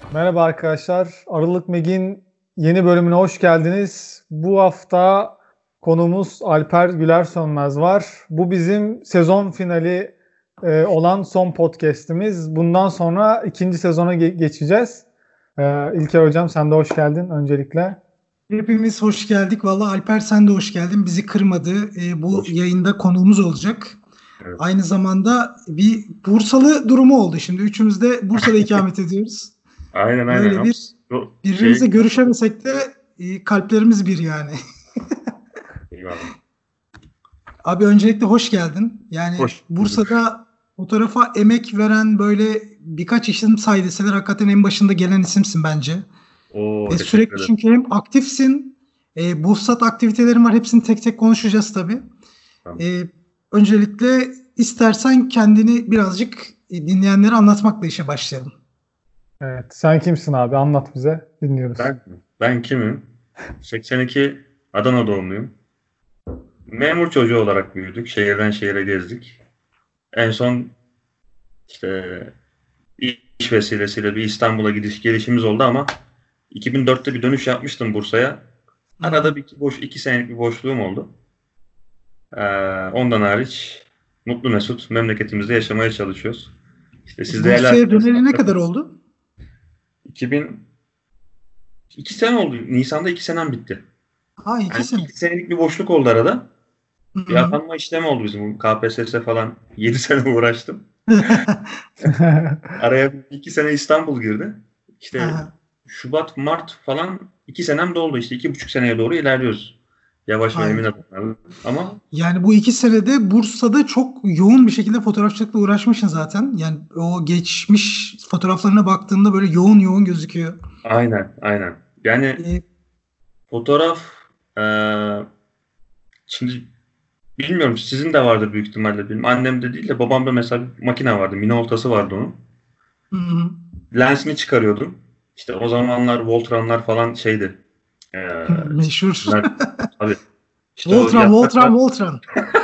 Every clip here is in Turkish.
Merhaba arkadaşlar. Aralık Meg'in yeni bölümüne hoş geldiniz. Bu hafta konuğumuz Alper Güler Sönmez var. Bu bizim sezon finali olan son podcast'imiz. Bundan sonra ikinci sezona geçeceğiz. İlker Hocam sen de hoş geldin öncelikle. Hepimiz hoş geldik. Vallahi Alper sen de hoş geldin. Bizi kırmadı. Bu yayında konuğumuz olacak. Evet. Aynı zamanda bir Bursalı durumu oldu. Şimdi üçümüz de Bursa'da ikamet ediyoruz. Aynen. Böyle birbirimizle görüşemesek de kalplerimiz bir yani. Eyvallah. Abi öncelikle hoş geldin. Yani Hoş bulduk. Bursa'da fotoğrafa emek veren böyle birkaç isim say deseler hakikaten en başında gelen isimsin bence. Teşekkür Sürekli ederim. çünkü hem aktifsin, Bursat aktivitelerin var. Hepsini tek tek konuşacağız tabii. Tamam. Öncelikle istersen kendini birazcık dinleyenlere anlatmakla işe başlayalım. Evet, sen kimsin abi? Anlat bize. Dinliyoruz. Ben kimim? 82 Adana doğumluyum. Memur çocuğu olarak büyüdük. Şehirden şehire gezdik. En son işte iş vesilesiyle bir İstanbul'a gelişimiz oldu ama 2004'te bir dönüş yapmıştım Bursa'ya. Arada iki senelik bir boşluğum oldu. Ondan hariç mutlu mesut memleketimizde yaşamaya çalışıyoruz. İşte siz de Bursa'ya döneli ne kadar oldu? 2 sene oldu. Nisan'da 2 senem bitti. Ha 2 sene. 2 senelik bir boşluk oldu arada. Hı-hı. Bir atanma işlemi oldu bizim. KPSS falan 7 sene uğraştım. Araya 2 sene İstanbul girdi. İşte Şubat, Mart falan 2 senem doldu. İşte 2,5 seneye doğru ilerliyoruz. Yavaş ve emin adımlarla. Ama yani bu 2 senede Bursa'da çok yoğun bir şekilde fotoğrafçılıkla uğraşmışsın zaten. Yani o geçmiş fotoğraflarına baktığımda böyle yoğun gözüküyor. Aynen. Yani fotoğraf şimdi bilmiyorum, sizin de vardır büyük ihtimalle. Benim annemde değil de babamda mesela bir makine vardı. Minolta'sı vardı onun. Hı-hı. Lensini çıkarıyordum. İşte o zamanlar Voltranlar falan şeydi. Meşhur. Tabii. İşte Voltran.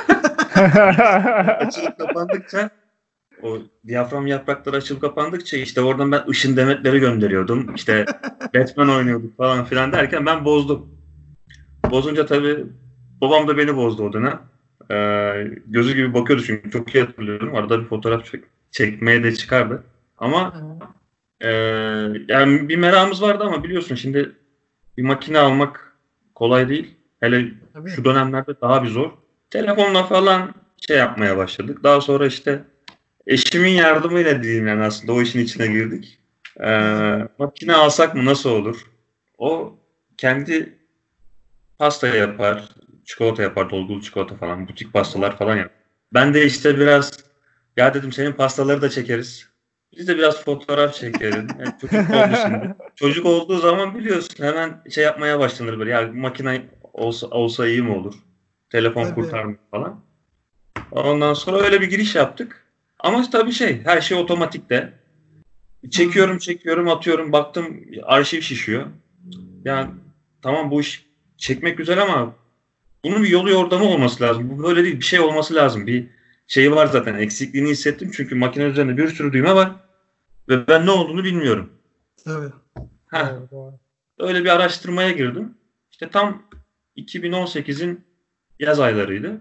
Açılıp kapandıkça o diyafram yaprakları açılıp kapandıkça işte oradan ben ışın demetleri gönderiyordum. İşte Batman oynuyorduk falan filan derken ben bozdum. Bozunca tabii babam da beni bozdu o dönem. Gözü gibi bakıyordu çünkü çok iyi hatırlıyorum. Arada bir fotoğraf çekmeye de çıkardı. Ama yani bir meramımız vardı ama biliyorsun şimdi bir makine almak kolay değil. Hele Tabii. şu dönemlerde daha bir zor. Telefonla falan şey yapmaya başladık. Daha sonra işte eşimin yardımıyla diyeyim yani aslında o işin içine girdik. Makine alsak mı nasıl olur? O kendi pasta yapar, çikolata yapar, dolgulu çikolata falan, butik pastalar falan yapar. Ben de işte biraz ya dedim senin pastaları da çekeriz. Biz de biraz fotoğraf çekelim. Yani çocuk oldu şimdi. Çocuk olduğu zaman biliyorsun hemen şey yapmaya başlanır böyle. Ya makine olsa iyi mi olur? Telefon kurtarmıyor falan. Ondan sonra öyle bir giriş yaptık. Ama tabii her şey otomatikte. Çekiyorum, atıyorum. Baktım arşiv şişiyor. Yani tamam bu iş çekmek güzel ama bunun bir yolu yordamı olması lazım. Bu böyle değil. Bir şey olması lazım. Bir şeyi var zaten. Eksikliğini hissettim. Çünkü makine üzerinde bir sürü düğme var. Ve ben ne olduğunu bilmiyorum. Evet. Doğru. Öyle bir araştırmaya girdim. İşte tam 2018'in yaz aylarıydı.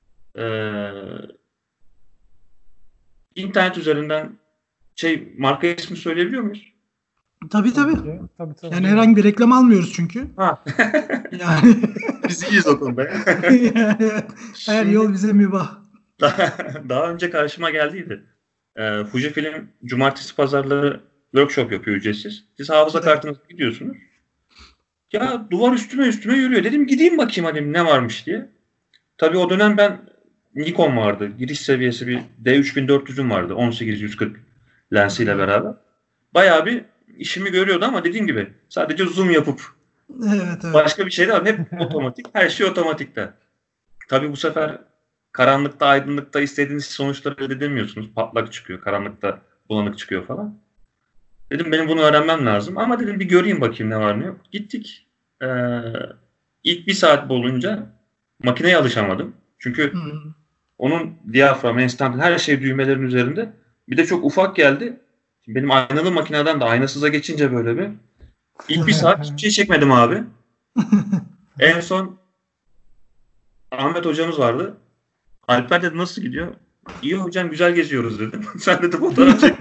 İnternet üzerinden marka ismi söyleyebiliyor muyuz? Tabii. Tabii. Yani herhangi bir reklam almıyoruz çünkü. Yani biz iyiyiz o konuda. Her yol bize mübah. Daha önce karşıma geldiydi. Fujifilm cumartesi pazarları workshop yapıyor ücretsiz. Siz hafıza kartınızla gidiyorsunuz. Ya duvar üstüme yürüyor. Dedim gideyim bakayım hani ne varmış diye. Tabii o dönem ben Nikon vardı. Giriş seviyesi bir D3400'üm vardı. 18-140 lensiyle beraber. Bayağı bir işimi görüyordu ama dediğim gibi sadece zoom yapıp başka bir şey de var. Hep otomatik. Her şey otomatikte. Tabii bu sefer karanlıkta, aydınlıkta istediğiniz sonuçları elde edemiyorsunuz. Patlak çıkıyor. Karanlıkta bulanık çıkıyor falan. Dedim benim bunu öğrenmem lazım. Ama dedim bir göreyim bakayım ne var ne yok. Gittik. İlk bir saat boyunca makineye alışamadım. Çünkü onun diyafram, enstantan her şey düğmelerin üzerinde. Bir de çok ufak geldi. Benim aynalı makineden de aynasıza geçince böyle bir ilk bir saat hiçbir şey çekmedim abi. En son Ahmet hocamız vardı. Alper dedi nasıl gidiyor? İyi hocam güzel geziyoruz dedim. Sen dedi fotoğraf çek.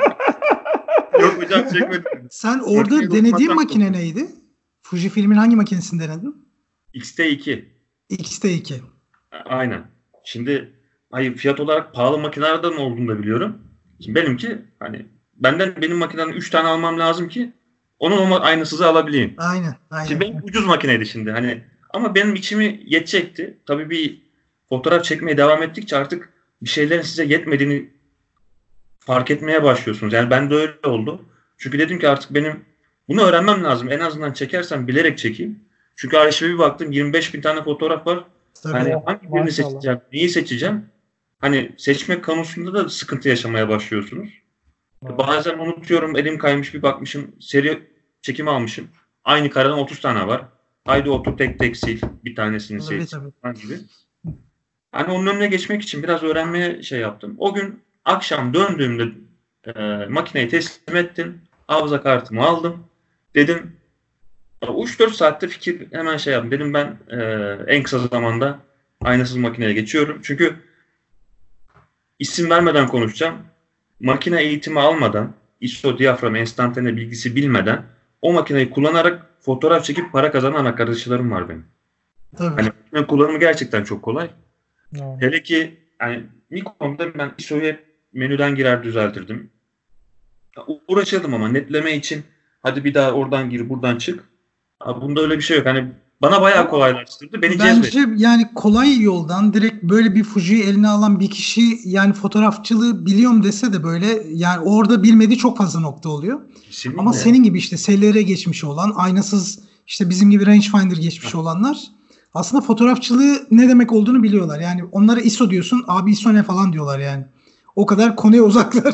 Yok hocam çekmedim. Sen orada denediğin makine neydi? Fujifilm'in hangi makinesini denedin? X-T2. X-T2. Aynen. Şimdi hayır fiyat olarak pahalı makinelerden olduğunu da biliyorum. Şimdi benimki hani benim makineden 3 tane almam lazım ki onun aynasızı alabileyim. Aynen. Şimdi benim ucuz makineydi şimdi hani ama benim içimi yetecekti. Tabii bir fotoğraf çekmeye devam ettikçe artık bir şeylerin size yetmediğini fark etmeye başlıyorsunuz. Yani ben de öyle oldu. Çünkü dedim ki artık benim bunu öğrenmem lazım. En azından çekersem bilerek çekeyim. Çünkü arşive bir baktım 25.000 tane fotoğraf var. Tabii. Hani hangi birini Maşallah. seçeceğim, neyi seçeceğim? Hani seçmek konusunda da sıkıntı yaşamaya başlıyorsunuz. Bazen unutuyorum, elim kaymış bir bakmışım, seri çekim almışım. Aynı kareden 30 tane var. Haydi otur tek tek sil, bir tanesini seç falan gibi. Hani onun önüne geçmek için biraz öğrenmeye şey yaptım. O gün akşam döndüğümde makineyi teslim ettim. Hafıza kartımı aldım. Dedim 3-4 saatte fikir hemen şey yaptım. Dedim ben en kısa zamanda aynasız makineye geçiyorum. Çünkü isim vermeden konuşacağım. Makine eğitimi almadan, ISO, diyafram, enstantane bilgisi bilmeden o makineyi kullanarak fotoğraf çekip para kazanan arkadaşlarım var benim. Tabii. Hani kullanımı gerçekten çok kolay. Evet. Hele ki yani Nikon'da ben ISO'yu hep menüden girer düzeltirdim. Uğraşırdım ama netleme için hadi bir daha oradan gir buradan çık. Bunda öyle bir şey yok. Hani bana bayağı kolaylaştırdı. Beni Bence cezbetti. yani kolay yoldan direkt böyle bir Fuji'yi eline alan bir kişi yani fotoğrafçılığı biliyorum dese de böyle yani orada bilmediği çok fazla nokta oluyor. Kesinlikle. Ama senin gibi işte SLR geçmiş olan, aynasız işte bizim gibi rangefinder geçmiş olanlar aslında fotoğrafçılığı ne demek olduğunu biliyorlar. Yani onlara ISO diyorsun, abi ISO ne falan diyorlar yani. O kadar konuya uzaklar.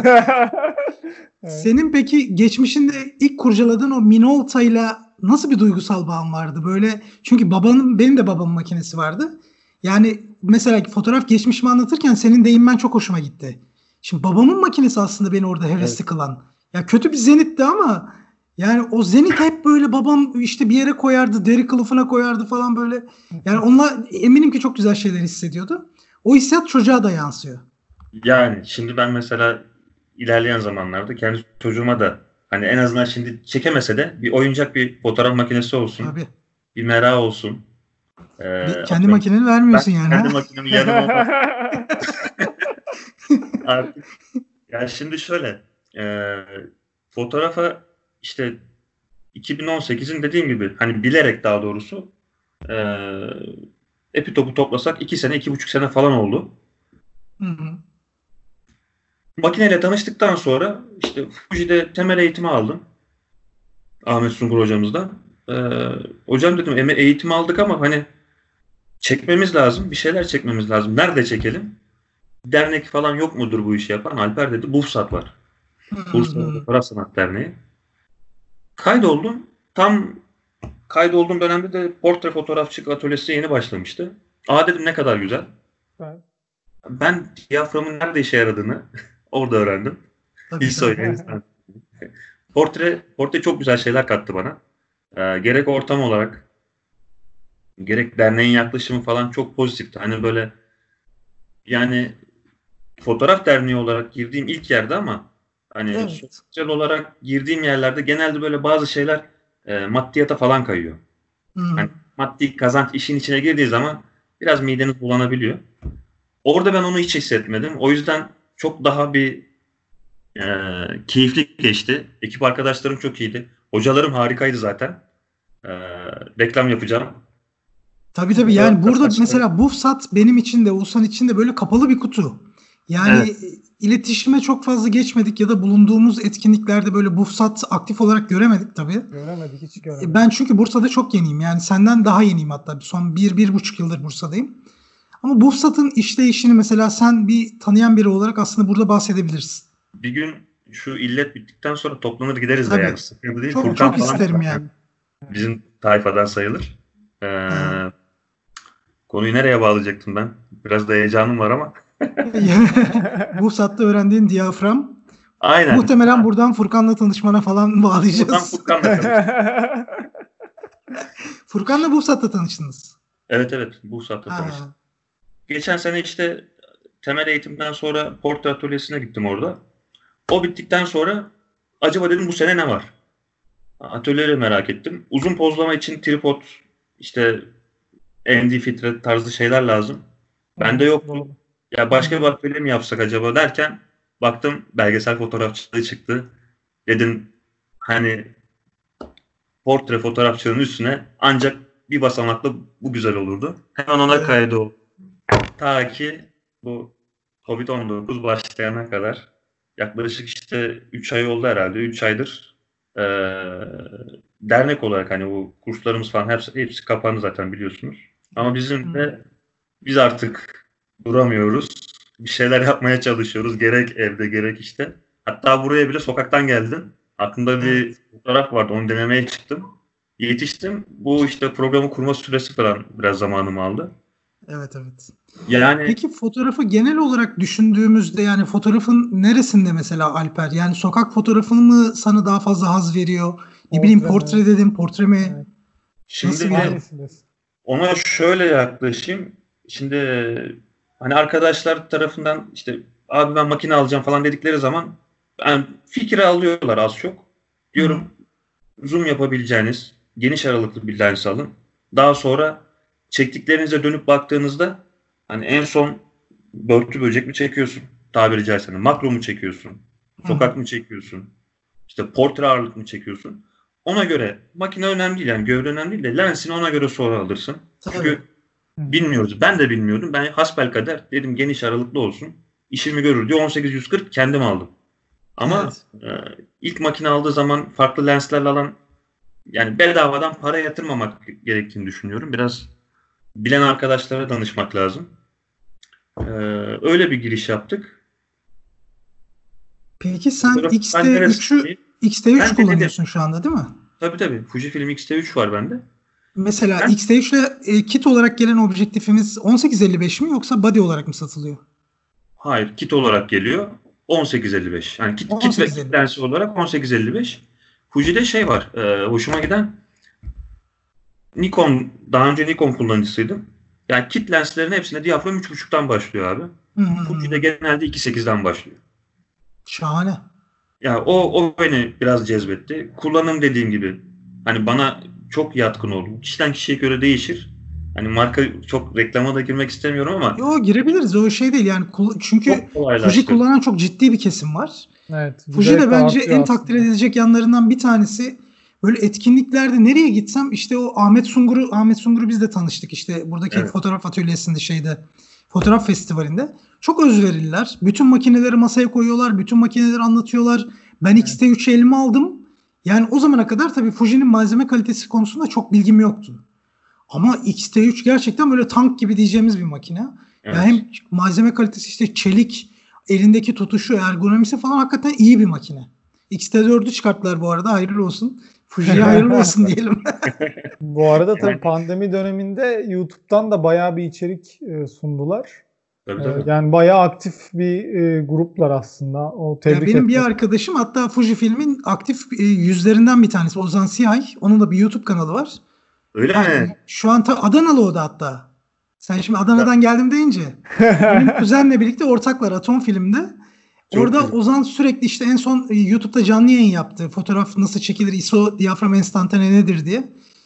Evet. Senin peki geçmişinde ilk kurcaladığın o Minolta'yla nasıl bir duygusal bağın vardı? Böyle çünkü benim de babamın makinesi vardı. Yani mesela fotoğraf geçmişimi anlatırken senin değinmen çok hoşuma gitti. Şimdi babamın makinesi aslında beni orada hevesli kılan. Ya kötü bir Zenith'ti ama yani o Zenith hep böyle babam işte bir yere koyardı, deri kılıfına koyardı falan böyle. Yani onunla eminim ki çok güzel şeyler hissediyordu. O hissiyat çocuğa da yansıyor. Yani şimdi ben mesela ilerleyen zamanlarda kendi çocuğuma da hani en azından şimdi çekemese de bir oyuncak bir fotoğraf makinesi olsun. Tabii. Bir merak olsun. Kendi makineni vermiyorsun yani. Kendi makinemi yanıma artık. Yani şimdi şöyle fotoğrafa işte 2018'in dediğim gibi hani bilerek daha doğrusu Epitop'u toplasak 2 sene 2,5 sene falan oldu. Hı. Makineyle tanıştıktan sonra işte Fuji'de temel eğitimi aldım. Ahmet Sungur hocamızdan. Hocam dedim eğitim aldık ama hani çekmemiz lazım. Bir şeyler çekmemiz lazım. Nerede çekelim? Dernek falan yok mudur bu işi yapan? Alper dedi. BUFSAT var. Bursa Fotoğraf Sanat Derneği. Kaydoldu. Tam kaydolduğum dönemde de portre fotoğrafçılık atölyesi yeni başlamıştı. Dedim ne kadar güzel. Evet. Ben diyaframın nerede işe yaradığını orada öğrendim. Portre çok güzel şeyler kattı bana. Gerek ortam olarak gerek derneğin yaklaşımı falan çok pozitifti. Hani böyle yani fotoğraf derneği olarak girdiğim ilk yerde ama hani sosyal olarak girdiğim yerlerde genelde böyle bazı şeyler maddiyata falan kayıyor. Hani maddi kazanç işin içine girdiği zaman biraz mideniz bulanabiliyor. Orada ben onu hiç hissetmedim. O yüzden çok daha bir keyifli geçti. Ekip arkadaşlarım çok iyiydi. Hocalarım harikaydı zaten. Reklam yapacağım. Tabii yani burada mesela BUFSAT benim için de Oğuzhan için de böyle kapalı bir kutu. Yani iletişime çok fazla geçmedik ya da bulunduğumuz etkinliklerde böyle BUFSAT aktif olarak göremedik tabii. Göremedik, hiç göremedik. Ben çünkü Bursa'da çok yeniyim. Yani senden daha yeniyim hatta. Son 1-1,5 yıldır Bursa'dayım. Ama BUFSAT'ın işleyişini mesela sen bir tanıyan biri olarak aslında burada bahsedebilirsin. Bir gün şu illet bittikten sonra toplanır gideriz tabii. de yani. Sıkıntı değil. Çok, çok isterim yani. Bizim tayfadan sayılır. Konuyu nereye bağlayacaktım ben? Biraz da heyecanım var ama. BUFSAT'ta öğrendiğin diyafram, Aynen. Muhtemelen buradan Furkan'la tanışmana falan bağlayacağız. Buradan Furkan'la tanıştık. Furkan'la Bursa'da tanıştınız. Evet. Bursa'da tanıştık. Geçen sene işte temel eğitimden sonra portre atölyesine gittim orada. O bittikten sonra acaba dedim bu sene ne var? Atölyeleri merak ettim. Uzun pozlama için tripod, işte ND filtre tarzı şeyler lazım. Bende yoktu. Ya başka bir atölye mi yapsak acaba derken baktım belgesel fotoğrafçılığı çıktı. Dedim hani portre fotoğrafçılığının üstüne ancak bir basamakla bu güzel olurdu. Hemen ona kaydı o. Ta ki bu Covid-19 başlayana kadar yaklaşık işte 3 ay oldu herhalde. 3 aydır dernek olarak hani bu kurslarımız falan hepsi kapandı zaten biliyorsunuz. Ama bizim de biz artık duramıyoruz. Bir şeyler yapmaya çalışıyoruz. Gerek evde gerek işte. Hatta buraya bile sokaktan geldim. Aklımda bir fotoğraf vardı. Onu denemeye çıktım. Yetiştim. Bu işte programı kurma süresi falan biraz zamanımı aldı. Evet. Yani peki fotoğrafı genel olarak düşündüğümüzde yani fotoğrafın neresinde mesela Alper? Yani sokak fotoğrafını mı sana daha fazla haz veriyor? Ne bileyim portre dedim, portre mi? Evet. Şimdi Hangisinde? ona şöyle yaklaşayım. Şimdi hani arkadaşlar tarafından işte abi ben makine alacağım falan dedikleri zaman yani fikri alıyorlar az çok. Diyorum zoom yapabileceğiniz geniş aralıklı bir lens alın. Daha sonra çektiklerinize dönüp baktığınızda hani en son börtü böcek mi çekiyorsun? Tabiri caizse makro mu çekiyorsun? Sokak mı çekiyorsun? İşte portre ağırlık mı çekiyorsun? Ona göre makine önemli değil yani gövde önemli değil de lensini ona göre sonra alırsın. Çünkü bilmiyoruz. Ben de bilmiyordum. Ben hasbelkader dedim geniş aralıklı olsun. İşimi görür diye 18-140 kendim aldım. Ama ilk makine aldığı zaman farklı lenslerle alan yani bedavadan para yatırmamak gerektiğini düşünüyorum. Biraz bilen arkadaşlara danışmak lazım. Öyle bir giriş yaptık. Peki sen X-T3 kullanıyorsun şu anda değil mi? Tabii. Fujifilm X-T3 var bende. Mesela X-T3 ile kit olarak gelen objektifimiz 18-55 mi yoksa body olarak mı satılıyor? Hayır, kit olarak geliyor. 18-55. Yani kit ve lensi olarak 18-55. Fuji'de şey var. Hoşuma giden Nikon, daha önce Nikon kullanıcısıydım. Yani kit lenslerin hepsinde diyafram 3.5'tan başlıyor abi. Fuji'de genelde 2.8'den başlıyor. Şahane. Ya o beni biraz cezbetti. Kullanım dediğim gibi hani bana çok yatkın oldu. Kişiden kişiye göre değişir. Hani marka çok reklama da girmek istemiyorum ama. Yo girebiliriz o şey değil yani çünkü Fuji kullanan çok ciddi bir kesim var. Evet. Fuji de bence en takdir edilecek yanlarından bir tanesi. Böyle etkinliklerde nereye gitsem işte o Ahmet Sungur'u biz de tanıştık işte buradaki fotoğraf atölyesinde fotoğraf festivalinde. Çok özverililer. Bütün makineleri masaya koyuyorlar. Bütün makineleri anlatıyorlar. Ben X-T3'ü elime aldım. Yani o zamana kadar tabii Fuji'nin malzeme kalitesi konusunda çok bilgim yoktu. Ama X-T3 gerçekten böyle tank gibi diyeceğimiz bir makine. Evet. Yani hem malzeme kalitesi işte çelik, elindeki tutuşu, ergonomisi falan hakikaten iyi bir makine. X-T4'ü çıkarttılar bu arada. Hayırlı olsun. Fuji'ye hayırlı olsun diyelim. Bu arada tabii pandemi döneminde YouTube'dan da bayağı bir içerik sundular. Tabii. Yani bayağı aktif bir gruplar aslında. O tebrik benim bir arkadaşım hatta Fujifilm'in aktif yüzlerinden bir tanesi Ozan Siyay. Onun da bir YouTube kanalı var. Öyle mi? Şu an Adanalı o da hatta. Sen şimdi Adana'dan geldim deyince. Benim kuzenle birlikte ortaklar Atom Film'de. Orada Ozan sürekli işte en son YouTube'da canlı yayın yaptı. Fotoğraf nasıl çekilir, ISO diyafram enstantane nedir diye.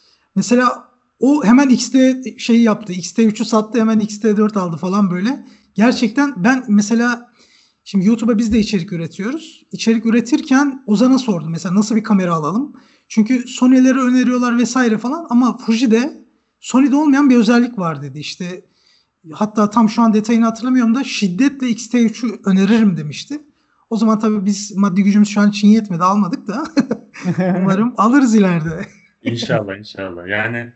Mesela o hemen yaptı. X-T3'ü sattı hemen X-T4 aldı falan böyle. Gerçekten ben mesela şimdi YouTube'a biz de içerik üretiyoruz. İçerik üretirken Ozan'a sordum mesela nasıl bir kamera alalım. Çünkü Sony'leri öneriyorlar vesaire falan ama Fuji'de Sony'de olmayan bir özellik var dedi. İşte hatta tam şu an detayını hatırlamıyorum da şiddetle X-T3'ü öneririm demişti. O zaman tabii biz maddi gücümüz şu an için yetmedi almadık da umarım alırız ileride. İnşallah. Yani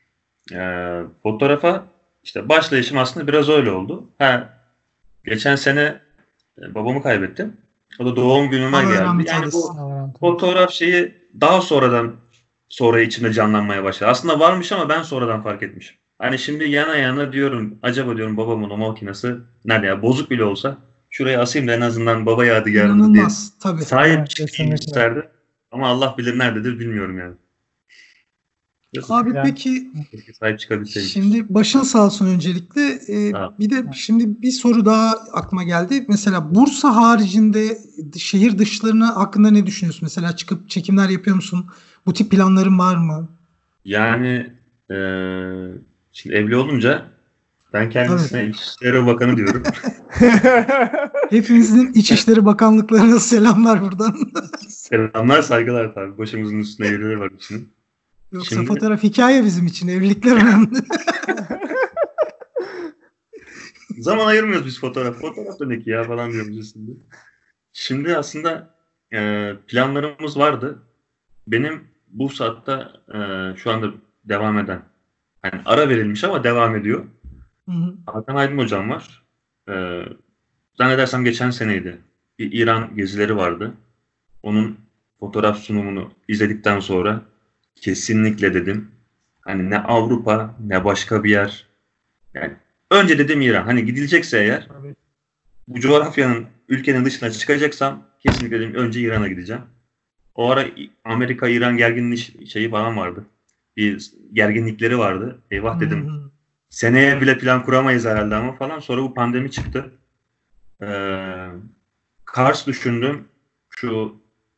fotoğrafa işte başlayışım aslında biraz öyle oldu. Geçen sene babamı kaybettim. O da doğum günüme geldi. Yani bu fotoğraf şeyi daha sonra içimde canlanmaya başladı. Aslında varmış ama ben sonradan fark etmişim. Hani şimdi yana yana diyorum acaba diyorum babamın o makinesi nerede ya bozuk bile olsa şuraya asayım da en azından baba yadigarı diye İnanılmaz. Tabii. sahip Kesinlikle. çıkayım isterdim. Ama Allah bilir nerededir bilmiyorum yani. Abi Yani- peki Keşke sahip çıkabilseydik. şimdi başın sağ olsun öncelikle. Sağ ol. Bir de şimdi bir soru daha aklıma geldi. Mesela Bursa haricinde şehir dışlarına hakkında ne düşünüyorsun? Mesela çıkıp çekimler yapıyor musun? Bu tip planların var mı? Yani şimdi evli olunca ben kendisine İçişleri Bakanı diyorum. Hepimizin İçişleri Bakanlıklarına selamlar buradan. Selamlar, saygılar tabii. Başımızın üstünde yerleri var içinin. Yoksa Şimdi- fotoğraf hikaye bizim için. Evlilikler önemli. Zaman ayırmıyoruz biz fotoğraf. Fotoğraf da ne ki ya falan diyoruz şimdi. Şimdi aslında planlarımız vardı. Benim bu saatte şu anda devam eden, hani ara verilmiş ama devam ediyor. Hı hı. Hakan Aydın hocam var. Zannedersem geçen seneydi. Bir İran gezileri vardı. Onun fotoğraf sunumunu izledikten sonra kesinlikle dedim. Hani ne Avrupa ne başka bir yer. Yani önce dedim İran. Hani gidilecekse eğer Tabii. bu coğrafyanın, ülkenin dışına çıkacaksam kesinlikle dedim önce İran'a gideceğim. O ara Amerika-İran gerginliği şeyi falan vardı. Bir gerginlikleri vardı. Eyvah dedim. Hı hı. Seneye bile plan kuramayız herhalde ama falan. Sonra bu pandemi çıktı. Kars düşündüm. Şu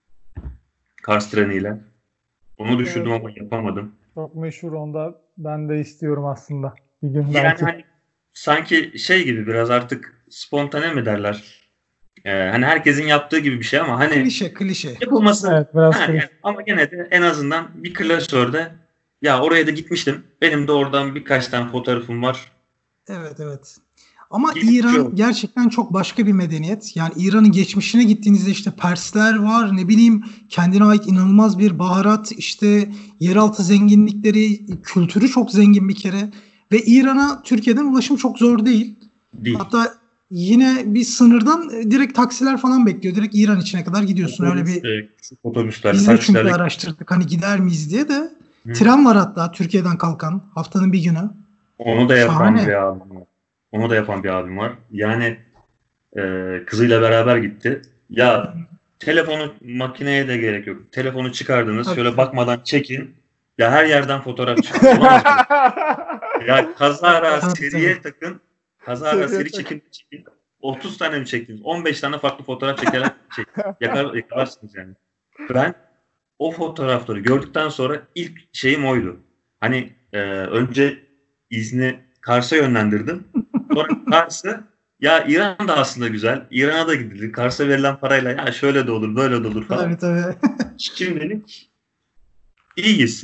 Kars treniyle. Onu düşündüm ama yapamadım. Çok meşhur, onda ben de istiyorum aslında. Bir gün Yani belki. hani sanki şey gibi biraz artık spontane mi derler? Hani herkesin yaptığı gibi bir şey ama hani Klişe. yapılması. Evet, biraz Ha, klişe. yani ama gene de en azından bir klasörde ya oraya da gitmiştim. Benim de oradan birkaç tane fotoğrafım var. Evet. Ama Gidip İran yok. gerçekten çok başka bir medeniyet. Yani İran'ın geçmişine gittiğinizde işte Persler var, ne bileyim kendine ait inanılmaz bir baharat, işte yeraltı zenginlikleri, kültürü çok zengin bir kere. Ve İran'a Türkiye'den ulaşım çok zor değil. Değil. Hatta yine bir sınırdan direkt taksiler falan bekliyor. Direkt İran içine kadar gidiyorsun. Öyle bir Küçük otobüsler, biz de çünkü taksilerle araştırdık hani gider miyiz diye de. Hı. Tren var hatta Türkiye'den kalkan haftanın bir günü. onu da yapan Şahane. bir abim var. Onu da yapan bir abim var. Yani kızıyla beraber gitti. Ya telefonu makineye de gerek yok. Telefonu çıkardınız. Tabii. Şöyle bakmadan çekin. Ya her yerden fotoğraf çıkıyor. Olamaz mı? Ya kazara Tabii, seriye takın. Kazara Seriye seri çekin. 30 tane mi çektiniz? 15 tane farklı fotoğraf yakalarsınız yani. Ben o fotoğrafları gördükten sonra ilk şeyim oydu. Hani önce izni Kars'a yönlendirdim. Sonra Kars'ı ya İran da aslında güzel. İran'a da gidilir. Kars'a verilen parayla ya şöyle de olur, böyle de olur falan. Tabii. Şimdilik iyiyiz.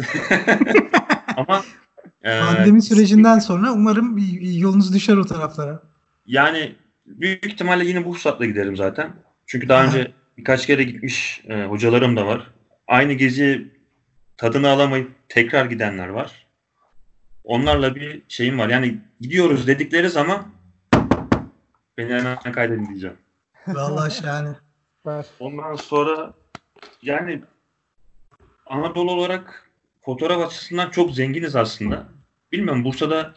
Ama Pandemi sürecinden sonra umarım bir yolunuz düşer o taraflara. yani büyük ihtimalle yine bu fırsatla giderim zaten. Çünkü daha Aha. önce birkaç kere gitmiş hocalarım da var. Aynı gezi tadını alamayıp tekrar gidenler var. Onlarla bir şeyim var. Yani gidiyoruz dedikleri zaman beni hemen kaydedin diyeceğim. Vallahi şahane. Süper. Ondan sonra yani Anadolu olarak fotoğraf açısından çok zenginiz aslında. Bilmiyorum, Bursa'da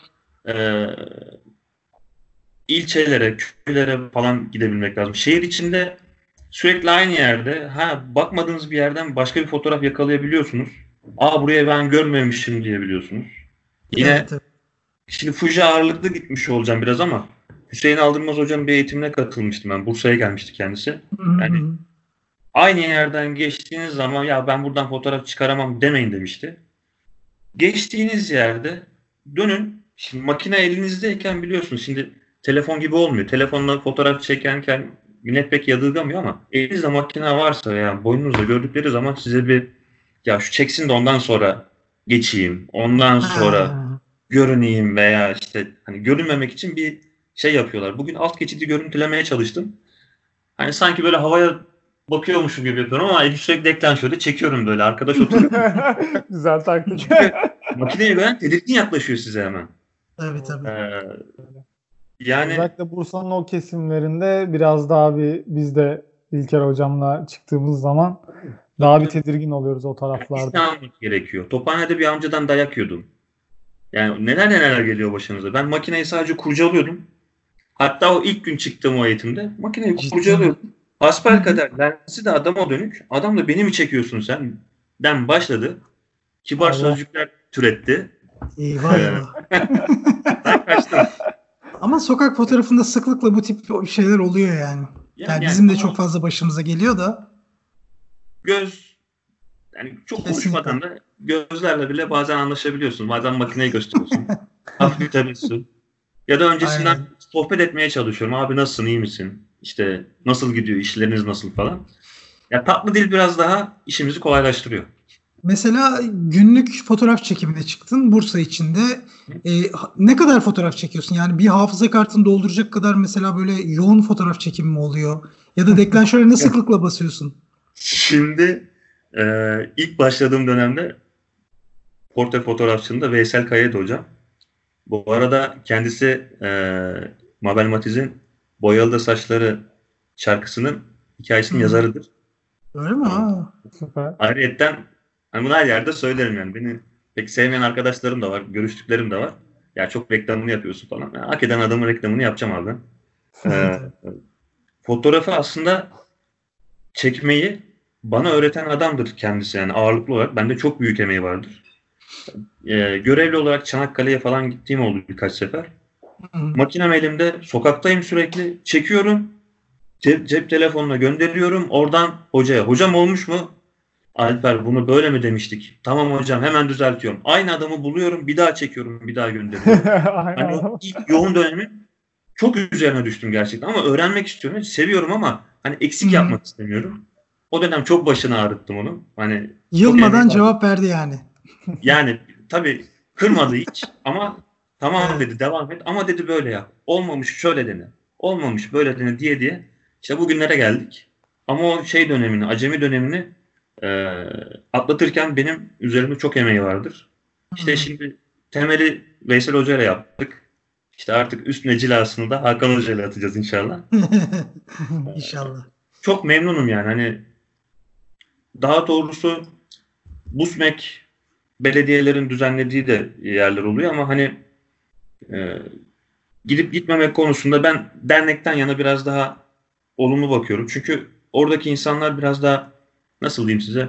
ilçelere, köylere falan gidebilmek lazım. Şehir içinde sürekli aynı yerde, bakmadığınız bir yerden başka bir fotoğraf yakalayabiliyorsunuz. Buraya ben görmemişim diyebiliyorsunuz. Yine Evet. şimdi Fuji ağırlıklı gitmiş olacağım biraz ama Hüseyin Aldırmaz hocam bir eğitimine katılmıştım ben. Bursa'ya gelmişti kendisi. Yani aynı yerden geçtiğiniz zaman ya ben buradan fotoğraf çıkaramam demeyin demişti. Geçtiğiniz yerde dönün. Şimdi makine elinizdeyken biliyorsunuz şimdi telefon gibi olmuyor. Telefonla fotoğraf çekerken millet pek yadırgamıyor ama elinizde makine varsa veya boynunuzda gördükleri zaman size bir ya şu çeksin de ondan sonra geçeyim. Ondan sonra görüneyim veya işte hani görünmemek için bir şey yapıyorlar. Bugün alt geçidi görüntülemeye çalıştım. Hani sanki böyle havaya bakıyormuşum gibi yapıyorum ama eli sürekli deklanşörde çekiyorum böyle. Arkadaş oturuyor. Güzel taktik. Çünkü makineye gören tedirgin yaklaşıyor size hemen. Tabii. Yani Özellikle Bursa'nın o kesimlerinde biraz daha biz de İlker hocamla çıktığımız zaman daha bir tedirgin oluyoruz o taraflarda. İzne almak gerekiyor. Tophane'de bir amcadan dayak yiyordum. Yani neler geliyor başınıza. Ben makineyi sadece kurcalıyordum. Hatta o ilk gün çıktığım o eğitimde makineyi kurcalıyordum. Hasbelkader lensi de adama dönük. Adam da beni mi çekiyorsun sen? Den başladı. Kibar sözcükler türetti. Eyvah. Ben kaçtım. Ama sokak fotoğrafında sıklıkla bu tip şeyler oluyor yani. Yani bizim de çok fazla başımıza geliyor da. Göz, yani çok konuşmadan da gözlerle bile bazen anlaşabiliyorsun. Bazen makineyi gösteriyorsun. Hafif bir tebessüm. Ya da öncesinden sohbet etmeye çalışıyorum. Abi nasılsın, iyi misin? İşte nasıl gidiyor, işleriniz nasıl falan. Ya tatlı dil biraz daha işimizi kolaylaştırıyor. Mesela günlük fotoğraf çekimine çıktın Bursa içinde. Ne kadar fotoğraf çekiyorsun? Yani bir hafıza kartını dolduracak kadar mesela böyle yoğun fotoğraf çekimi mi oluyor? Ya da deklanşöre ne sıklıkla basıyorsun? Şimdi ilk başladığım dönemde portre fotoğrafçılığında Veysel Kaya'ydı hocam. Bu arada kendisi Mabel Matiz'in Boyalı'da Saçları şarkısının hikayesinin yazarıdır. Öyle mi? Süper. Ayrıyeten hani bunu her yerde söylerim yani. Beni pek sevmeyen arkadaşlarım da var. Görüştüklerim de var. Ya çok reklamını yapıyorsun falan. Yani hak eden adamın reklamını yapacağım abi. Fotoğrafı aslında çekmeyi bana öğreten adamdır kendisi. Yani ağırlıklı olarak. Bende çok büyük emeği vardır. Görevli olarak Çanakkale'ye falan gittiğim oldu birkaç sefer. Makinem elimde. Sokaktayım sürekli. Çekiyorum. Cep telefonuna gönderiyorum. Oradan hocaya. Hocam olmuş mu? Alper bunu böyle mi demiştik? Tamam hocam hemen düzeltiyorum. Aynı adamı buluyorum. Bir daha çekiyorum. Bir daha gönderiyorum. Hani o ilk yoğun dönemi çok üzerine düştüm gerçekten. Ama öğrenmek istiyorum. Seviyorum ama hani eksik yapmak istemiyorum. O dönem çok başını ağrıttım onu. Hani yılmadan cevap verdi yani. Yani tabii kırmadı hiç ama tamam dedi devam et ama dedi böyle yap. Olmamış şöyle dene. Olmamış böyle dene diye işte bugünlere geldik. Ama o şey dönemini, acemi dönemini atlatırken benim üzerimde çok emeği vardır. İşte şimdi temeli Veysel Hoca ile yaptık. İşte artık üstüne cilasını da Hakan Hoca ile atacağız inşallah. İnşallah. Çok memnunum yani. Hani daha doğrusu BUSMEK belediyelerin düzenlediği de yerler oluyor ama hani gidip gitmemek konusunda ben dernekten yana biraz daha olumlu bakıyorum. Çünkü oradaki insanlar biraz daha nasıl diyeyim size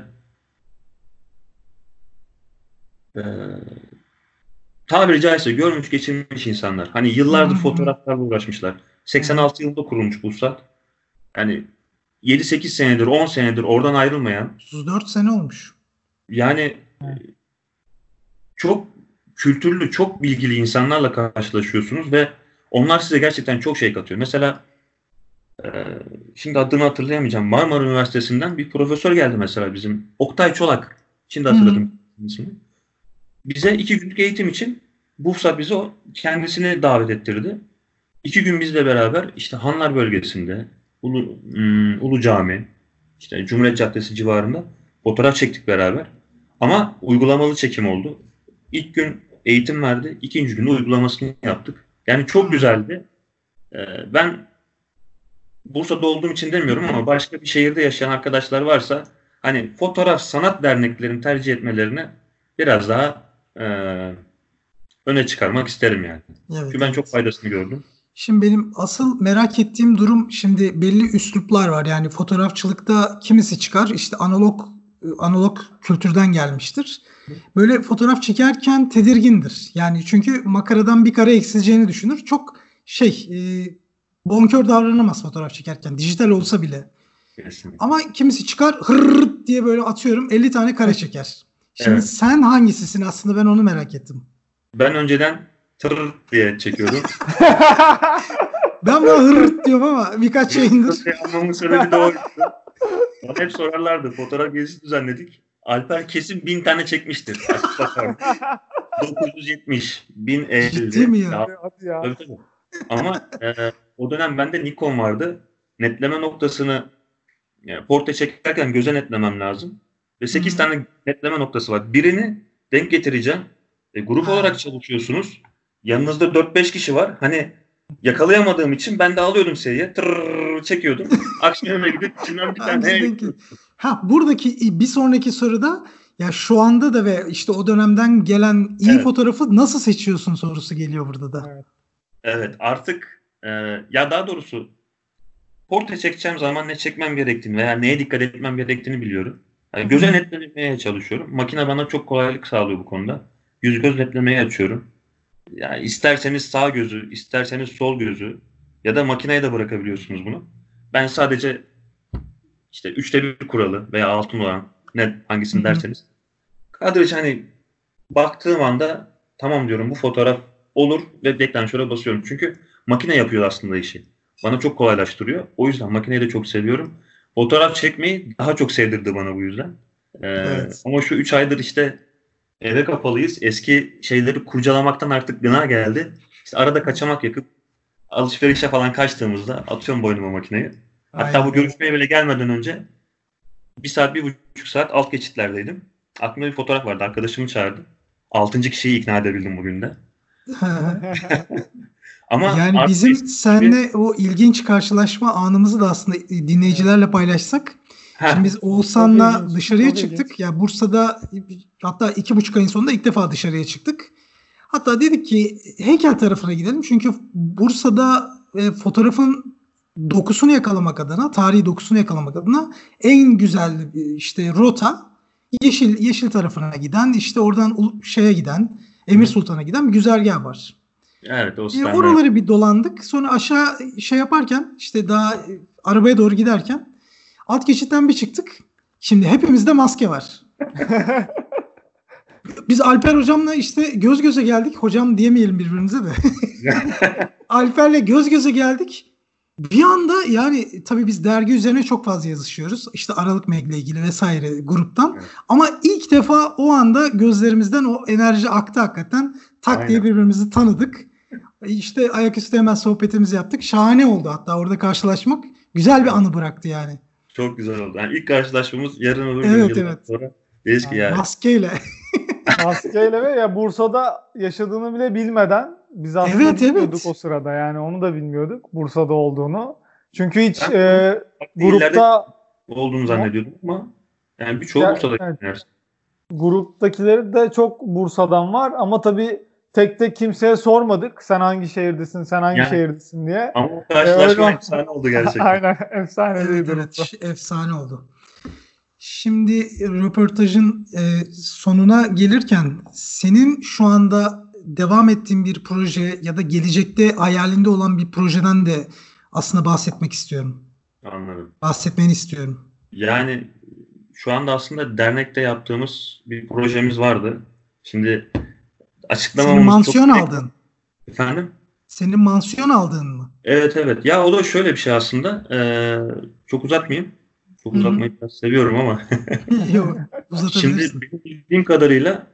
tabiri caizse görmüş geçirmiş insanlar. Hani yıllardır fotoğraflarla uğraşmışlar. 86 yılında kurulmuş BUSAT. Yani 7-8 senedir 10 senedir oradan ayrılmayan. 34 sene olmuş. Yani çok kültürlü, çok bilgili insanlarla karşılaşıyorsunuz ve onlar size gerçekten çok şey katıyor. Mesela şimdi adını hatırlayamayacağım. Marmara Üniversitesi'nden bir profesör geldi mesela bizim. Oktay Çolak. Şimdi hatırladım ismini. Bize 2 günlük eğitim için BUFSA bize kendisini davet ettirdi. 2 gün bizle beraber işte Hanlar bölgesinde Ulu Cami, işte Cumhuriyet Caddesi civarında fotoğraf çektik beraber. Ama uygulamalı çekim oldu. İlk gün eğitim verdi. 2. günde uygulamasını yaptık. Yani çok güzeldi. Ben Bursa'da olduğum için demiyorum ama başka bir şehirde yaşayan arkadaşlar varsa hani fotoğraf sanat derneklerini tercih etmelerini biraz daha öne çıkarmak isterim yani. Evet, çünkü ben çok faydasını gördüm. Şimdi benim asıl merak ettiğim durum şimdi belli üsluplar var. Yani fotoğrafçılıkta kimisi çıkar işte analog kültürden gelmiştir. Böyle fotoğraf çekerken tedirgindir. Yani çünkü makaradan bir kare eksileceğini düşünür. Çok bonkör davranamaz fotoğraf çekerken. Dijital olsa bile. Kesinlikle. Ama kimisi çıkar hırrrt diye böyle atıyorum 50 tane kare çeker. Şimdi sen hangisisin aslında ben onu merak ettim. Ben önceden tırr diye çekiyordum. Ben buna hırrt diyorum ama birkaç yayındır. Anlamamın sebebi de oydu. Bana hep sorarlardı. Fotoğraf gezisi düzenledik. Alper kesin 1000 tane çekmiştir. 970, 1050. Ciddi mi ya? Tabii. Ama o dönem bende Nikon vardı. Netleme noktasını portre çekerken göze netlemem lazım. Ve 8 tane netleme noktası var. Birini denk getireceğim. Grup olarak çalışıyorsunuz. Yanınızda 4-5 kişi var. Hani yakalayamadığım için ben de alıyordum seriye. Tırrrr çekiyordum. Akşam eve gidip içinden bir tane. Buradaki bir sonraki soruda ya şu anda da ve işte o dönemden gelen iyi fotoğrafı nasıl seçiyorsun sorusu geliyor burada da. Evet artık Ya daha doğrusu portre çekeceğim zaman ne çekmem gerektiğini veya neye dikkat etmem gerektiğini biliyorum. Yani göze netlemeye çalışıyorum. Makine bana çok kolaylık sağlıyor bu konuda. Yüz göz netlemeyi açıyorum. Yani isterseniz sağ gözü, isterseniz sol gözü ya da makineye de bırakabiliyorsunuz bunu. Ben sadece işte 1/3 kuralı veya altın olan ne hangisini derseniz. Kadraj hani baktığım anda tamam diyorum bu fotoğraf olur ve deklanşöre basıyorum. Çünkü makine yapıyor aslında işi. Bana çok kolaylaştırıyor. O yüzden makineyi de çok seviyorum. Fotoğraf çekmeyi daha çok sevdirdi bana bu yüzden. Evet. Ama şu 3 aydır işte eve kapalıyız. Eski şeyleri kurcalamaktan artık gına geldi. İşte arada kaçamak yakıp alışverişe falan kaçtığımızda atıyorum boynuma makineyi. Hatta Aynen. bu görüşmeye bile gelmeden önce 1 saat, 1,5 saat alt geçitlerdeydim. Aklımda bir fotoğraf vardı. Arkadaşımı çağırdı. 6. kişiyi ikna edebildim bugün de. Ama Yani bizim seninle o ilginç karşılaşma anımızı da aslında dinleyicilerle paylaşsak. Şimdi biz Oğuzhan'la ilginç, dışarıya çok çıktık. ilginç. Ya Bursa'da hatta 2,5 ayın sonunda ilk defa dışarıya çıktık. Hatta dedik ki heykel tarafına gidelim. Çünkü Bursa'da fotoğrafın dokusunu yakalamak adına, tarihi dokusunu yakalamak adına en güzel işte rota yeşil tarafına giden, işte oradan şeye giden, Emir Sultan'a giden bir güzergah var. evet, o Oraları bir dolandık. Sonra aşağı şey yaparken işte daha arabaya doğru giderken alt geçitten bir çıktık. Şimdi hepimizde maske var. Biz Alper hocamla işte göz göze geldik. Hocam diyemeyelim birbirimize de. Alper'le göz göze geldik. Bir anda yani tabii biz dergi üzerine çok fazla yazışıyoruz. İşte Aralık Meg'le ilgili vesaire gruptan. Evet. Ama ilk defa o anda gözlerimizden o enerji aktı hakikaten. Tak diye birbirimizi tanıdık. İşte ayaküstü hemen sohbetimizi yaptık. Şahane oldu hatta orada karşılaşmak. Güzel bir anı bıraktı yani. Çok güzel oldu. Yani ilk karşılaşmamız yarın öbür Evet, gün yıllar sonra. Dedik ki yani. Maskeyle. Maskeyle ve ya Bursa'da yaşadığını bile bilmeden biz aslında bilmiyorduk o sırada, yani onu da bilmiyorduk Bursa'da olduğunu. Çünkü hiç grupta olduğunu zannediyordum ama yani birçoğu Bursa'da. Evet. Gruptakileri de çok Bursa'dan var ama tabii tek tek kimseye sormadık. Sen hangi şehirdesin, sen hangi şehirdesin diye. Ama o karşılaşma efsane oldu gerçekten. Aynen, efsaneydi. Evet, efsane oldu. Şimdi röportajın sonuna gelirken senin şu anda devam ettiğin bir proje ya da gelecekte hayalinde olan bir projeden de aslında bahsetmek istiyorum. Anladım. Bahsetmeni istiyorum. Yani şu anda aslında dernekte yaptığımız bir projemiz vardı. Şimdi açıklamamız Senin mansiyon aldın. Efendim? Senin mansiyon aldığın mı? Evet. Ya o da şöyle bir şey aslında. Çok uzatmayayım. Çok uzatmayı biraz seviyorum ama. Yok, uzatabilirsin. Şimdi benim bildiğim kadarıyla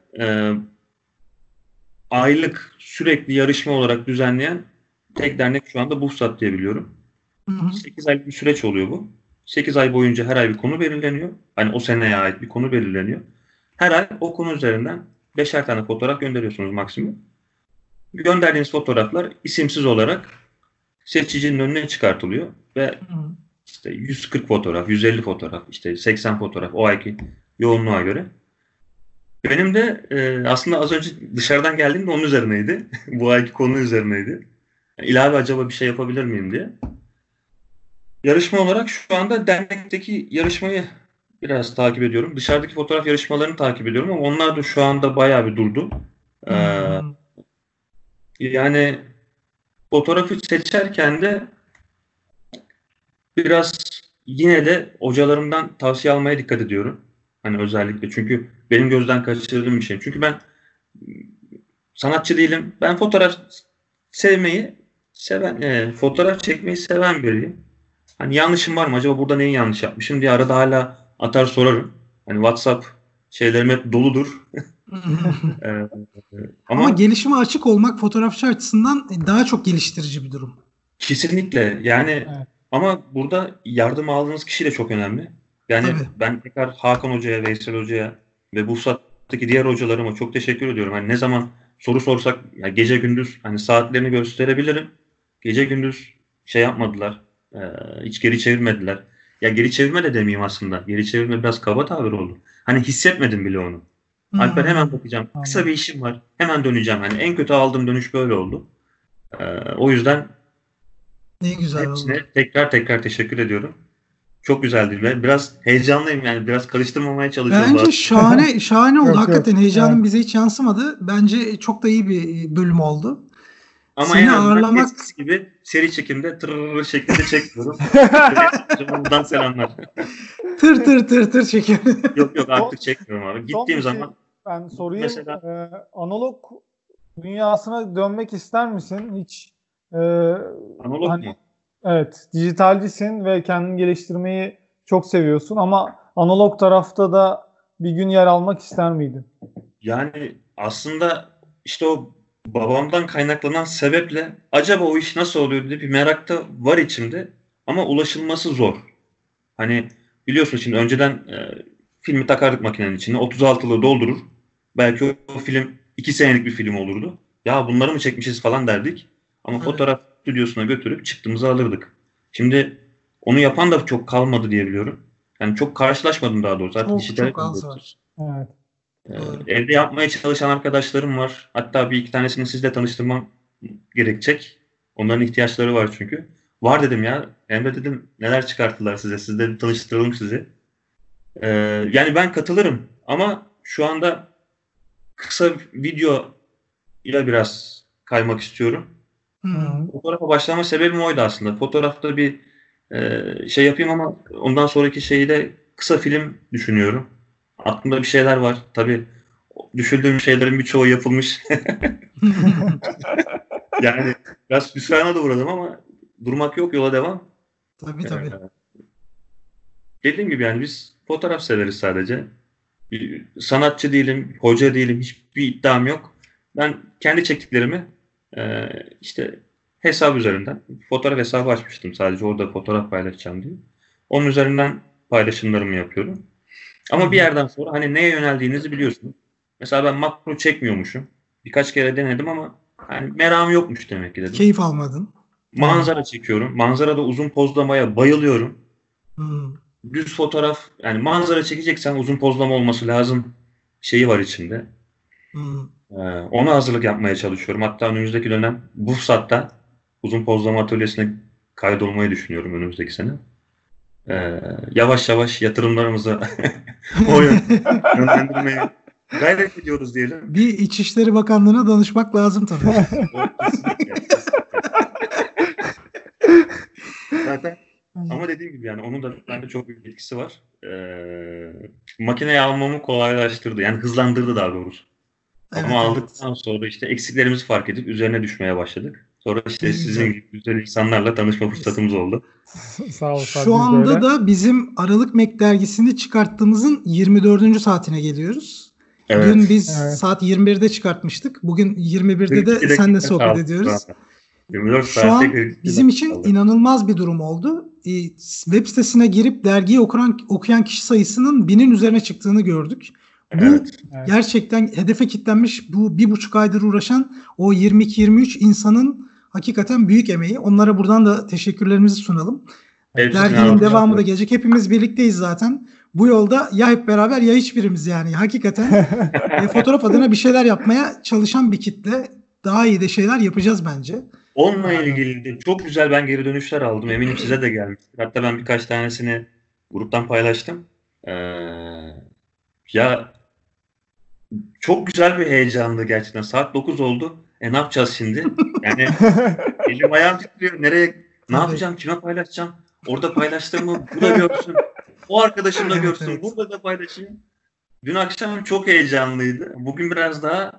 aylık sürekli yarışma olarak düzenleyen tek dernek şu anda BUFSAT diye biliyorum. 8 aylık bir süreç oluyor bu. 8 ay boyunca her ay bir konu belirleniyor. Hani o seneye ait bir konu belirleniyor. Her ay o konu üzerinden 5'er tane fotoğraf gönderiyorsunuz maksimum. Gönderdiğiniz fotoğraflar isimsiz olarak seçicinin önüne çıkartılıyor ve işte 140 fotoğraf, 150 fotoğraf, işte 80 fotoğraf o ayki yoğunluğa göre. Benim de aslında az önce dışarıdan geldiğimde onun üzerineydi. Bu ayki konu üzerineydi. Yani ilave acaba bir şey yapabilir miyim diye. Yarışma olarak şu anda dernekteki yarışmayı biraz takip ediyorum. Dışarıdaki fotoğraf yarışmalarını takip ediyorum ama onlar da şu anda bayağı bir durdu. Yani fotoğrafı seçerken de biraz yine de hocalarımdan tavsiye almaya dikkat ediyorum. Hani özellikle çünkü benim gözden kaçırdığım bir şey. Çünkü ben sanatçı değilim. Ben fotoğraf sevmeyi seven, fotoğraf çekmeyi seven biriyim. Hani yanlışım var mı? Acaba burada neyi yanlış yapmışım diye arada hala atar sorarım. Hani WhatsApp şeylerim hep doludur. Ama gelişime açık olmak fotoğrafçı açısından daha çok geliştirici bir durum. Kesinlikle. Yani ama burada yardım aldığınız kişi de çok önemli. Yani ben tekrar Hakan Hoca'ya, Veysel Hoca'ya ve Bursa'daki diğer hocalarıma çok teşekkür ediyorum. Hani ne zaman soru sorsak yani gece gündüz hani saatlerini gösterebilirim. Gece gündüz şey yapmadılar. Hiç geri çevirmediler. Ya geri çevirme de demeyeyim aslında. Geri çevirme biraz kaba tabir oldu. Hani hissetmedim bile onu. Alper hemen bakacağım. Kısa bir işim var. Hemen döneceğim. Hani en kötü aldığım dönüş böyle oldu. O yüzden Ne güzel Hepsine oldu. tekrar teşekkür ediyorum. Çok güzeldi. Ben biraz heyecanlıyım yani. Biraz karıştırmamaya çalışıyorum. Bence şahane oldu. Yok, Hakikaten yok. heyecanın Evet. bize hiç yansımadı. Bence çok da iyi bir bölüm oldu. Ama Seni en azından ağırlamak eskisi gibi seri çekimde tırrrr şeklinde çekmiyorum. Buradan selamlar. tır çekiyor. Yok artık çekmiyorum abi. Son Gittiğim bir şey zaman ben sorayım. mesela Analog dünyasına dönmek ister misin? Hiç analog hani mu? evet, dijitalcisin ve kendini geliştirmeyi çok seviyorsun ama analog tarafta da bir gün yer almak ister miydin? Yani aslında işte o babamdan kaynaklanan sebeple acaba o iş nasıl oluyor diye bir merak da var içimde ama ulaşılması zor. Hani biliyorsun şimdi önceden filmi takardık makinenin içine 36'lığı doldurur. Belki o film 2 senelik bir film olurdu. Ya bunları mı çekmişiz falan derdik. Ama Evet. fotoğraf stüdyosuna götürüp çıktığımızı alırdık. Şimdi onu yapan da çok kalmadı diye biliyorum. Yani çok karşılaşmadım daha doğrusu. Artık dijital Çok az var. Evet. Doğru. Evde yapmaya çalışan arkadaşlarım var. Hatta bir iki tanesini sizle tanıştırmam gerekecek. Onların ihtiyaçları var çünkü. Var dedim ya. Emre dedim neler çıkarttılar size. Siz de tanıştıralım sizi. Yani ben katılırım. Ama şu anda kısa video ile biraz kaymak istiyorum. Fotoğrafa başlama sebebim oydu aslında. Fotoğrafta bir şey yapayım ama ondan sonraki şeyi de kısa film düşünüyorum. Aklımda bir şeyler var. Tabii düşündüğüm şeylerin birçoğu yapılmış. Yani biraz hüsrana da uğradım ama durmak yok, yola devam. Tabii. Dediğim gibi yani biz fotoğraf severiz sadece. Bir sanatçı değilim, hoca değilim, hiçbir iddiam yok. Ben kendi çektiklerimi işte hesap üzerinden, fotoğraf hesabı açmıştım sadece orada fotoğraf paylaşacağım diye. Onun üzerinden paylaşımlarımı yapıyorum. Ama bir yerden sonra hani neye yöneldiğinizi biliyorsunuz. Mesela ben makro çekmiyormuşum. Birkaç kere denedim ama hani merakım yokmuş demek ki dedim. Keyif almadın. Manzara çekiyorum. Manzarada uzun pozlamaya bayılıyorum. Hmm. Düz fotoğraf yani manzara çekeceksen uzun pozlama olması lazım şeyi var içinde. Ona hazırlık yapmaya çalışıyorum. Hatta önümüzdeki dönem Bursa'da uzun pozlama atölyesine kaydolmayı düşünüyorum önümüzdeki sene. Yavaş yavaş yatırımlarımızı o yönlendirmeye gayret ediyoruz diyelim. Bir İçişleri Bakanlığı'na danışmak lazım tabii. Zaten ama dediğim gibi yani onun da bende çok büyük etkisi var. Makineye almamı kolaylaştırdı. Yani hızlandırdı daha doğrusu. Evet, ama aldıktan sonra işte eksiklerimizi fark edip üzerine düşmeye başladık. Sonra işte sizin gibi güzel insanlarla tanışma fırsatımız oldu. Sağ ol. Şu anda da bizim Aralık Mac dergisini çıkarttığımızın 24. saatine geliyoruz. Evet. Dün biz saat 21'de çıkartmıştık. Bugün 21'de de seninle sohbet ediyoruz. 24 Şu an bizim için inanılmaz bir durum oldu. Web sitesine girip dergiyi okuyan kişi sayısının 1000'in üzerine çıktığını gördük. Bu gerçekten hedefe kilitlenmiş, bu 1,5 aydır uğraşan o 22-23 insanın hakikaten büyük emeği. Onlara buradan da teşekkürlerimizi sunalım. Derginin devamı da gelecek. Hepimiz birlikteyiz zaten. Bu yolda ya hep beraber ya hiçbirimiz yani. Hakikaten fotoğraf adına bir şeyler yapmaya çalışan bir kitle. Daha iyi de şeyler yapacağız bence. Onunla ilgili de çok güzel ben geri dönüşler aldım. Eminim size de gelmiştir. Hatta ben birkaç tanesini gruptan paylaştım. Ya çok güzel bir heyecandı gerçekten. Saat 9 oldu. Ne yapacağız şimdi? Yani elim ayağım titriyor. Ne yapacağım? Kime paylaşacağım? Orada paylaştığımı bu da görsün. O arkadaşım da görsün. Burada da paylaşayım. Dün akşam çok heyecanlıydı. Bugün biraz daha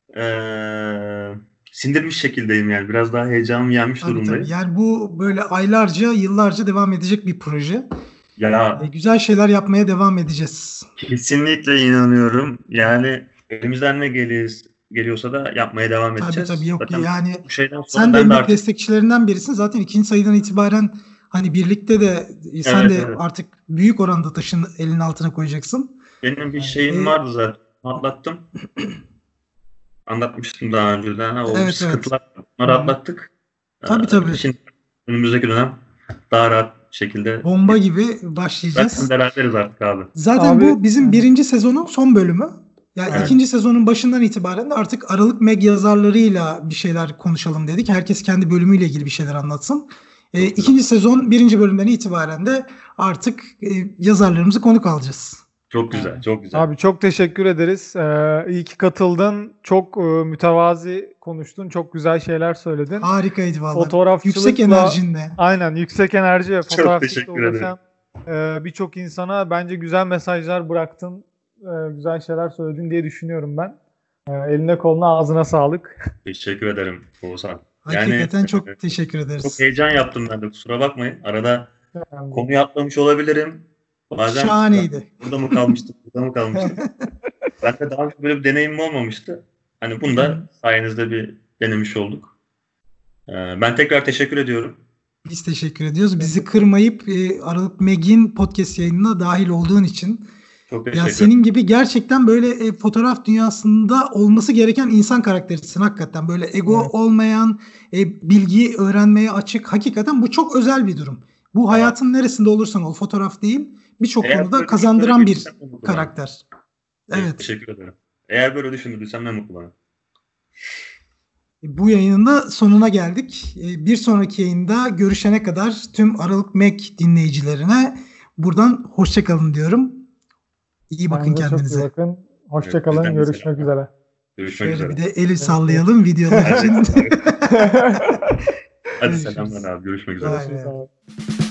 sindirmiş şekildeyim yani. Biraz daha heyecanım yenmiş durumdayım. Yani bu böyle aylarca, yıllarca devam edecek bir proje. Ya güzel şeyler yapmaya devam edeceğiz. Kesinlikle inanıyorum. Yani elimizden ne geliyorsa da yapmaya devam edeceğiz. Tabii yok zaten yani sen de artık destekçilerinden birisin. Zaten 2. sayıdan itibaren hani birlikte de sen de artık büyük oranda taşın elinin altına koyacaksın. Benim bir şeyim vardı zaten. Atlattım. Anlatmıştım daha önceden. O sıkıntılar bunları atlattık. Tabii. Şimdi önümüzdeki dönem daha rahat şekilde bomba gibi başlayacağız. Zaten beraberiz artık abi. Zaten bu bizim 1. sezonun son bölümü. Yani 2. sezonun başından itibaren de artık Aralık Meg yazarlarıyla bir şeyler konuşalım dedik. Herkes kendi bölümüyle ilgili bir şeyler anlatsın. İkinci sezon 1. bölümden itibaren de artık yazarlarımızı konuk alacağız. Çok güzel, çok güzel. Abi çok teşekkür ederiz. İyi ki katıldın. Çok mütevazi konuştun. Çok güzel şeyler söyledin. Harikaydı vallahi. Fotoğrafçılıkla, yüksek enerjinle. Aynen, yüksek enerji ve Çok fotoğrafçılıkla teşekkür ederim. uğraşan birçok insana bence güzel mesajlar bıraktın. Güzel şeyler söyledin diye düşünüyorum ben. Eline koluna ağzına sağlık. Teşekkür ederim Oğuzhan. Hakikaten çok teşekkür ederiz. Çok heyecan yaptım ben de, kusura bakmayın. Arada konuyu atlamış olabilirim. Bazen şahaneydi. Burada mı kalmıştık? Ben de daha önce böyle bir deneyimim olmamıştı. Hani bunu da sayenizde bir denemiş olduk. Ben tekrar teşekkür ediyorum. Biz teşekkür ediyoruz. Bizi kırmayıp Aralık Meg'in podcast yayınına dahil olduğun için. Çok teşekkür ederim. Senin gibi gerçekten böyle fotoğraf dünyasında olması gereken insan karakterisin hakikaten. Böyle ego olmayan, bilgiyi öğrenmeye açık. Hakikaten bu çok özel bir durum. Bu hayatın neresinde olursan ol, fotoğraf değil, birçok konuda kazandıran bir karakter. Evet. Teşekkür ederim. Eğer böyle düşündüysem ne mutlu bana. Bu yayının da sonuna geldik. Bir sonraki yayında görüşene kadar tüm Aralık Meg dinleyicilerine buradan hoşça kalın diyorum. İyi bakın kendinize. Çok iyi bakın. Hoşça kalın. Görüşmek üzere. Görüşmek üzere. Bir de eli sallayalım videolar için. Hadi selamlar abi. Görüşmek üzere. Görüşürüz abi.